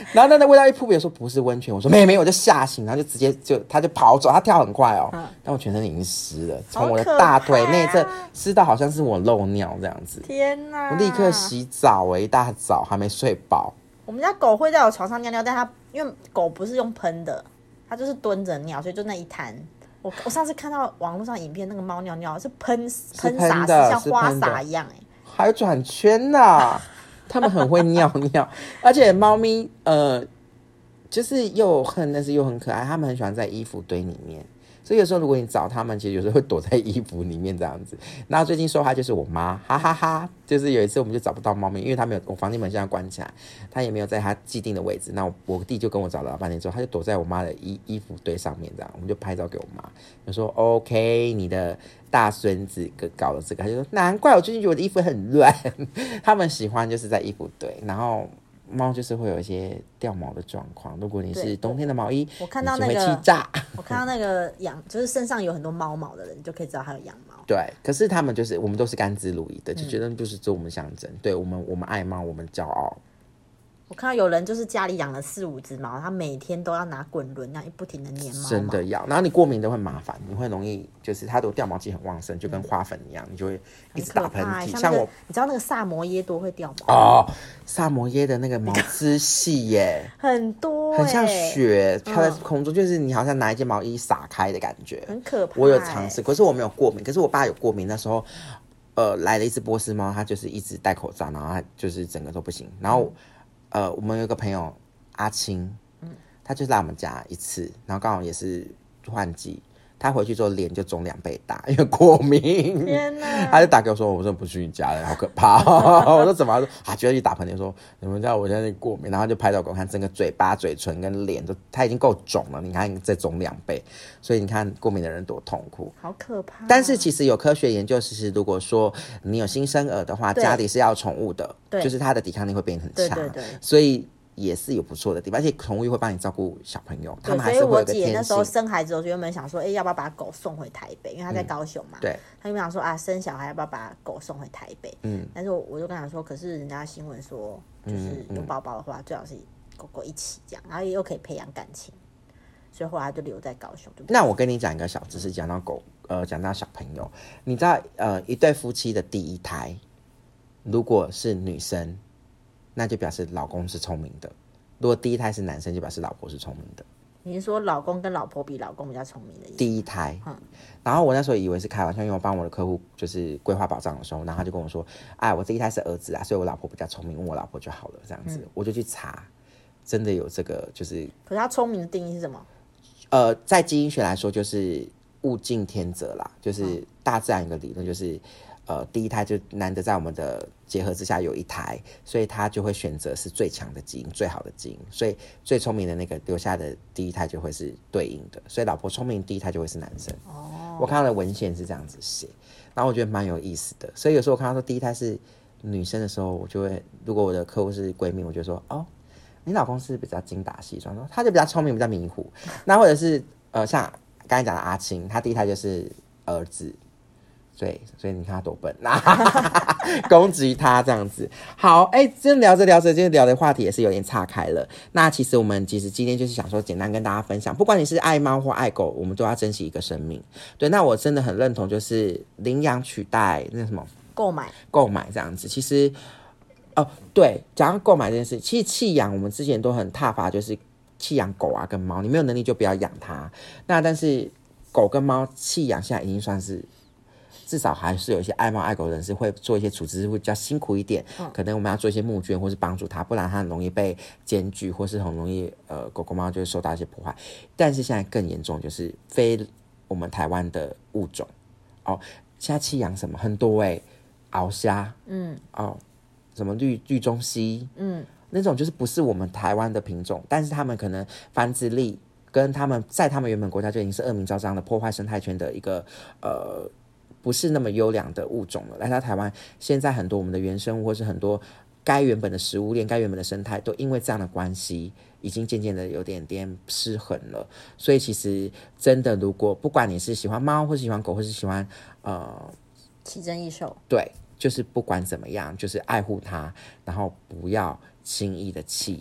然后那味道一扑鼻，说不是温泉，我说没，我就吓醒，然后就直接他就跑走，他跳很快哦，但我全身已经湿了，从我的大腿内侧湿到好像是我漏尿这样子。 天哪！ 我立刻洗澡一大早还没睡饱。 我们家狗会在我床上尿尿，但它因为狗不是用喷的，它就是蹲着尿，所以就那一滩。我上次看到网络上影片，那个猫尿尿是喷洒，是像花洒一样还有转圈呐，他们很会尿尿，而且猫咪就是又恨，但是又很可爱，他们很喜欢在衣服堆里面。所以有时候如果你找他们，其实有时候会躲在衣服里面这样子。然后最近受害就是我妈，哈哈哈，就是有一次我们就找不到猫咪，因为他没有，我房间门现在关起来，他也没有在他既定的位置。那我弟就跟我找了半天之后，他就躲在我妈的衣服堆上面这样，我们就拍照给我妈，就说 OK， 你的大孙子搞了这个，他就说难怪我最近觉得我的衣服很乱。他们喜欢就是在衣服堆，然后猫就是会有一些掉毛的状况。如果你是冬天的毛衣， 我看到那个你就会气炸。 我看到那个就是身上有很多猫毛的人，就可以知道他有养猫。 对，可是他们就是我们都是甘之如饴的，就觉得就是做我们象征。对我们爱猫，我们骄傲。 我看到有人就是家里养了4-5只猫，他每天都要拿滚轮，那不停的粘猫毛， 真的要。然后你过敏都会麻烦，你会容易就是它的掉毛季很旺盛，就跟花粉一样，你就会一直打喷嚏。像我， 你知道那个萨摩耶多会掉毛哦，萨摩耶的那个毛织细耶， 很多， 很像雪飘在空中，就是你好像拿一件毛衣撒开的感觉， 很可怕。 我有尝试，可是我没有过敏，可是我爸有过敏，那时候来了一只波斯猫，它就是一直戴口罩，然后它就是整个都不行，然后。我们有一个朋友阿青，他就是来我们家一次，然后刚好也是换季，他回去之后脸就肿2倍大，因为过敏。 天哪！ 他就打给我说：“我真的不去你家了，好可怕。”我说：“怎么？”他说：“啊，就要去打喷嚏。”说：“你们家我现在过敏。”然后就拍照给我看，整个嘴巴、嘴唇跟脸都他已经够肿了，你看再肿2倍，所以你看过敏的人多痛苦， 好可怕。 但是其实有科学研究，其实如果说你有新生儿的话，家里是要宠物的，就是他的抵抗力会变得很强，对，所以也是有不错的地方，而且宠物会帮你照顾小朋友，他们还是会有个天性。所以我姐那时候生孩子，我原本想说，要不要把狗送回台北，因为她在高雄嘛。 对。 她原本想说啊，生小孩要不要把狗送回台北？但是我就跟她说，可是人家新闻说，就是有宝宝的话，最好是狗狗一起这样，然后又可以培养感情，所以后来就留在高雄。 那我跟你讲一个小知识，讲到狗，讲到小朋友，你知道，一对夫妻的第一胎，如果是女生，那就表示老公是聪明的；如果第一胎是男生，就表示老婆是聪明的。 你是说老公跟老婆比老公比较聪明的意思？ 第一胎，然后我那时候以为是开玩笑，因为我帮我的客户就是规划保障的时候，然后他就跟我说：“哎，我这一胎是儿子啊，所以我老婆比较聪明，问我老婆就好了。”这样子，我就去查，真的有这个，就是。 可是他聪明的定义是什么？ 在基因学来说，就是物竞天择啦，就是大自然一个理论，就是第一胎就难得在我们的结合之下有一胎，所以他就会选择是最强的基因、最好的基因，所以最聪明的那个留下的第一胎就会是对应的，所以老婆聪明第一胎就会是男生。我看到的文献是这样子写，然后我觉得蛮有意思的，所以有时候我看到说第一胎是女生的时候，我就会，如果我的客户是闺蜜，我就说哦，你老公是比较精打细算，说他就比较聪明，比较迷糊。那或者是像刚才讲的阿青，他第一胎就是儿子。对，所以你看他多笨，攻击他这样子。好，真聊着聊着，今天聊的话题也是有点岔开了。那其实我们今天就是想说，简单跟大家分享，不管你是爱猫或爱狗，我们都要珍惜一个生命。对，那我真的很认同，就是领养取代那什么购买这样子。其实，对，讲到购买这件事，其实弃养我们之前都很挞伐，就是弃养狗啊跟猫，你没有能力就不要养它。那但是狗跟猫弃养现在已经算是。至少还是有一些爱猫爱狗的人是会做一些处置，会比较辛苦一点。可能我们要做一些募捐，或是帮助他，不然他很容易被检举，或是很容易狗狗猫就会受到一些破坏。但是现在更严重，就是非我们台湾的物种现在弃养什么很多鳌虾，什么绿中蜥，那种就是不是我们台湾的品种，但是他们可能繁殖力跟他们在他们原本国家就已经是恶名昭彰的破坏生态圈的一个不是那么优良的物种了，来到台湾，现在很多我们的原生物或是很多该原本的食物链、该原本的生态，都因为这样的关系，已经渐渐的有点点失衡了。所以其实真的，如果不管你是喜欢猫，或是喜欢狗，或是喜欢奇珍异兽， 对，就是不管怎么样，就是爱护它，然后不要轻易的弃养。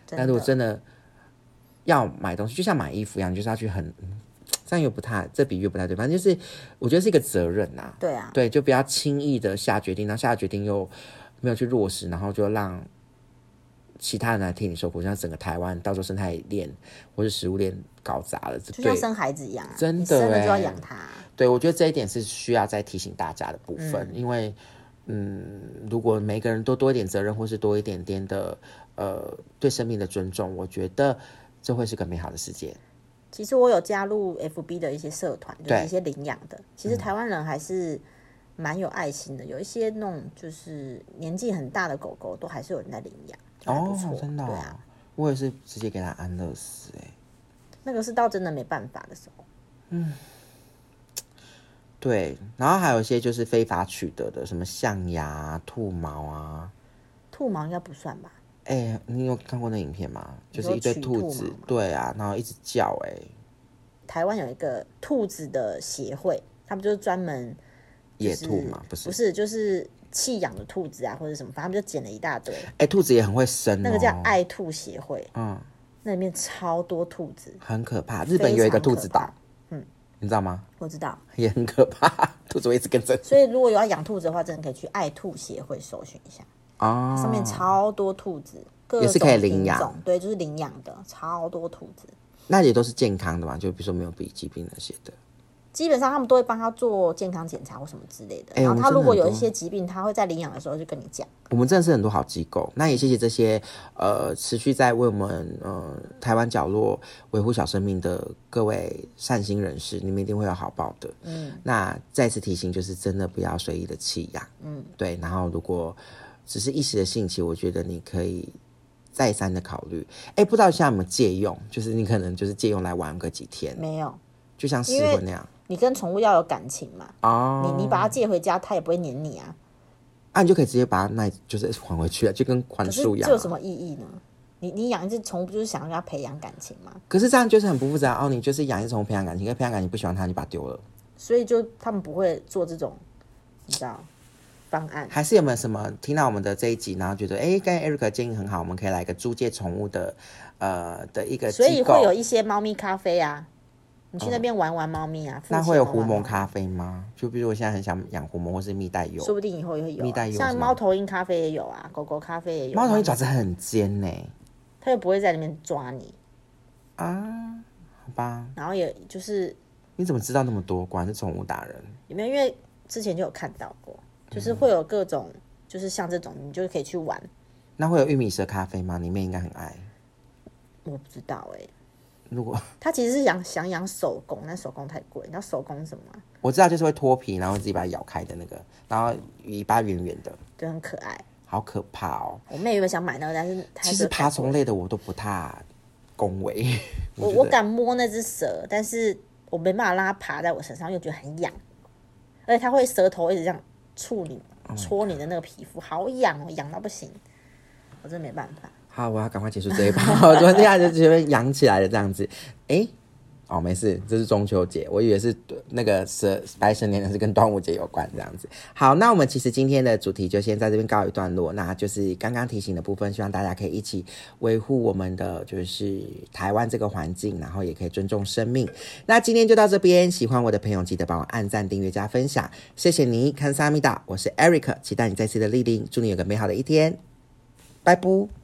但如果真的要买东西，就像买衣服一样，就是要去这样又不太，这比喻不太对，反正就是我觉得是一个责任啊。 对啊， 对，就不要轻易的下决定，然后下决定又没有去落实，然后就让其他人来替你受苦，像整个台湾到时候生态链或是食物链搞砸了， 就像生孩子一样啊， 真的你生了就要养他。 对，我觉得这一点是需要再提醒大家的部分，因为如果每个人都多一点责任，或是多一点点的对生命的尊重，我觉得这会是个美好的世界。 其实我有加入 FB 的一些社团，就是一些领养的。其实台湾人还是蛮有爱心的，有一些那种就是年纪很大的狗狗，都还是有人在领养，还不错。 真的对啊， 我也是直接给它安乐死那个是到真的没办法的时候。 对，然后还有一些就是非法取得的，什么象牙、兔毛啊。 兔毛应该不算吧？ 你有看过那影片吗？就是一堆兔子，对啊，然后一直叫台湾有一个兔子的协会，他们就是专门、 野兔嘛，不是，就是弃养的兔子啊，或者什么，反正他们就捡了一大堆。 兔子也很会生那个叫爱兔协会，那里面超多兔子， 很可怕。日本有一个兔子岛，你知道吗？ 我知道， 也很可怕，兔子会一直跟着。 所以如果有要养兔子的话，真的可以去爱兔协会搜寻一下。上面超多兔子，各种也是可以领养， 对，就是领养的，超多兔子。 那也都是健康的嘛？就比如说没有疾病那些的。 基本上他们都会帮他做健康检查或什么之类的。然后他如果有一些疾病，他会在领养的时候就跟你讲。 我们真的是很多好机构，那也谢谢这些持续在为我们台湾角落维护小生命的各位善心人士，你们一定会有好报的。那再次提醒，就是真的不要随意的弃养。对。然后如果只是一时的兴起，我觉得你可以再三的考虑。不知道现在有没有借用，就是你可能就是借用来玩个几天。 没有， 就像失魂那样。 你跟宠物要有感情嘛。你把它借回家，它也不会黏你啊。 你就可以直接把它就是还回去了，就跟还书一样。 这有什么意义呢？你养一只宠物不就是想让它培养感情吗？ 可是这样就是很不负责任你就是养一只宠物培养感情，因为培养感情不喜欢它，你把它丢了。 所以就他们不会做这种，你知道方案。 还是有没有什么听到我们的这一集，然后觉得刚才 Eric 建议很好，我们可以来一个租借宠物的一个机构。 所以会有一些猫咪咖啡啊，你去那边玩玩猫咪啊。 那会有狐獴咖啡吗？就比如我现在很想养狐獴或是蜜袋鼬， 说不定以后也会有蜜袋鼬， 像猫头鹰咖啡也有啊，狗狗咖啡也有。 猫头鹰爪子很尖它又不会在那边抓你啊。好吧。 然后也就是你怎么知道那么多？果然是宠物达人。 有没有？因为之前就有看到过，就是会有各种，就是像这种，你就可以去玩。 那会有玉米蛇咖啡吗？你妹应该很爱。 我不知道如果他其实是想养手工，但手工太贵。你知道手工是什么吗？ 我知道，就是会脱皮，然后自己把它咬开的那个，然后尾巴圆圆的， 就很可爱。 好可怕哦！ 我妹原本想买那个，但是其实爬虫类的我都不太恭维。 我敢摸那只蛇，但是我没办法让它爬在我身上，又觉得很痒，而且它会舌头一直这样触你、戳你的那个皮肤，好痒哦，痒到不行，我真的没办法。 好，我要赶快结束这一趴。昨天就觉得养起来了这样子。没事，这是中秋节，我以为是那个白蛇年是跟端午节有关这样子。好，那我们其实今天的主题就先在这边告一段落。那就是刚刚提醒的部分，希望大家可以一起维护我们的就是台湾这个环境，然后也可以尊重生命。那今天就到这边，喜欢我的朋友记得帮我按赞、订阅、加分享，谢谢你。看萨米达，我是 Eric， 期待你再次的莅临，祝你有个美好的一天，拜拜。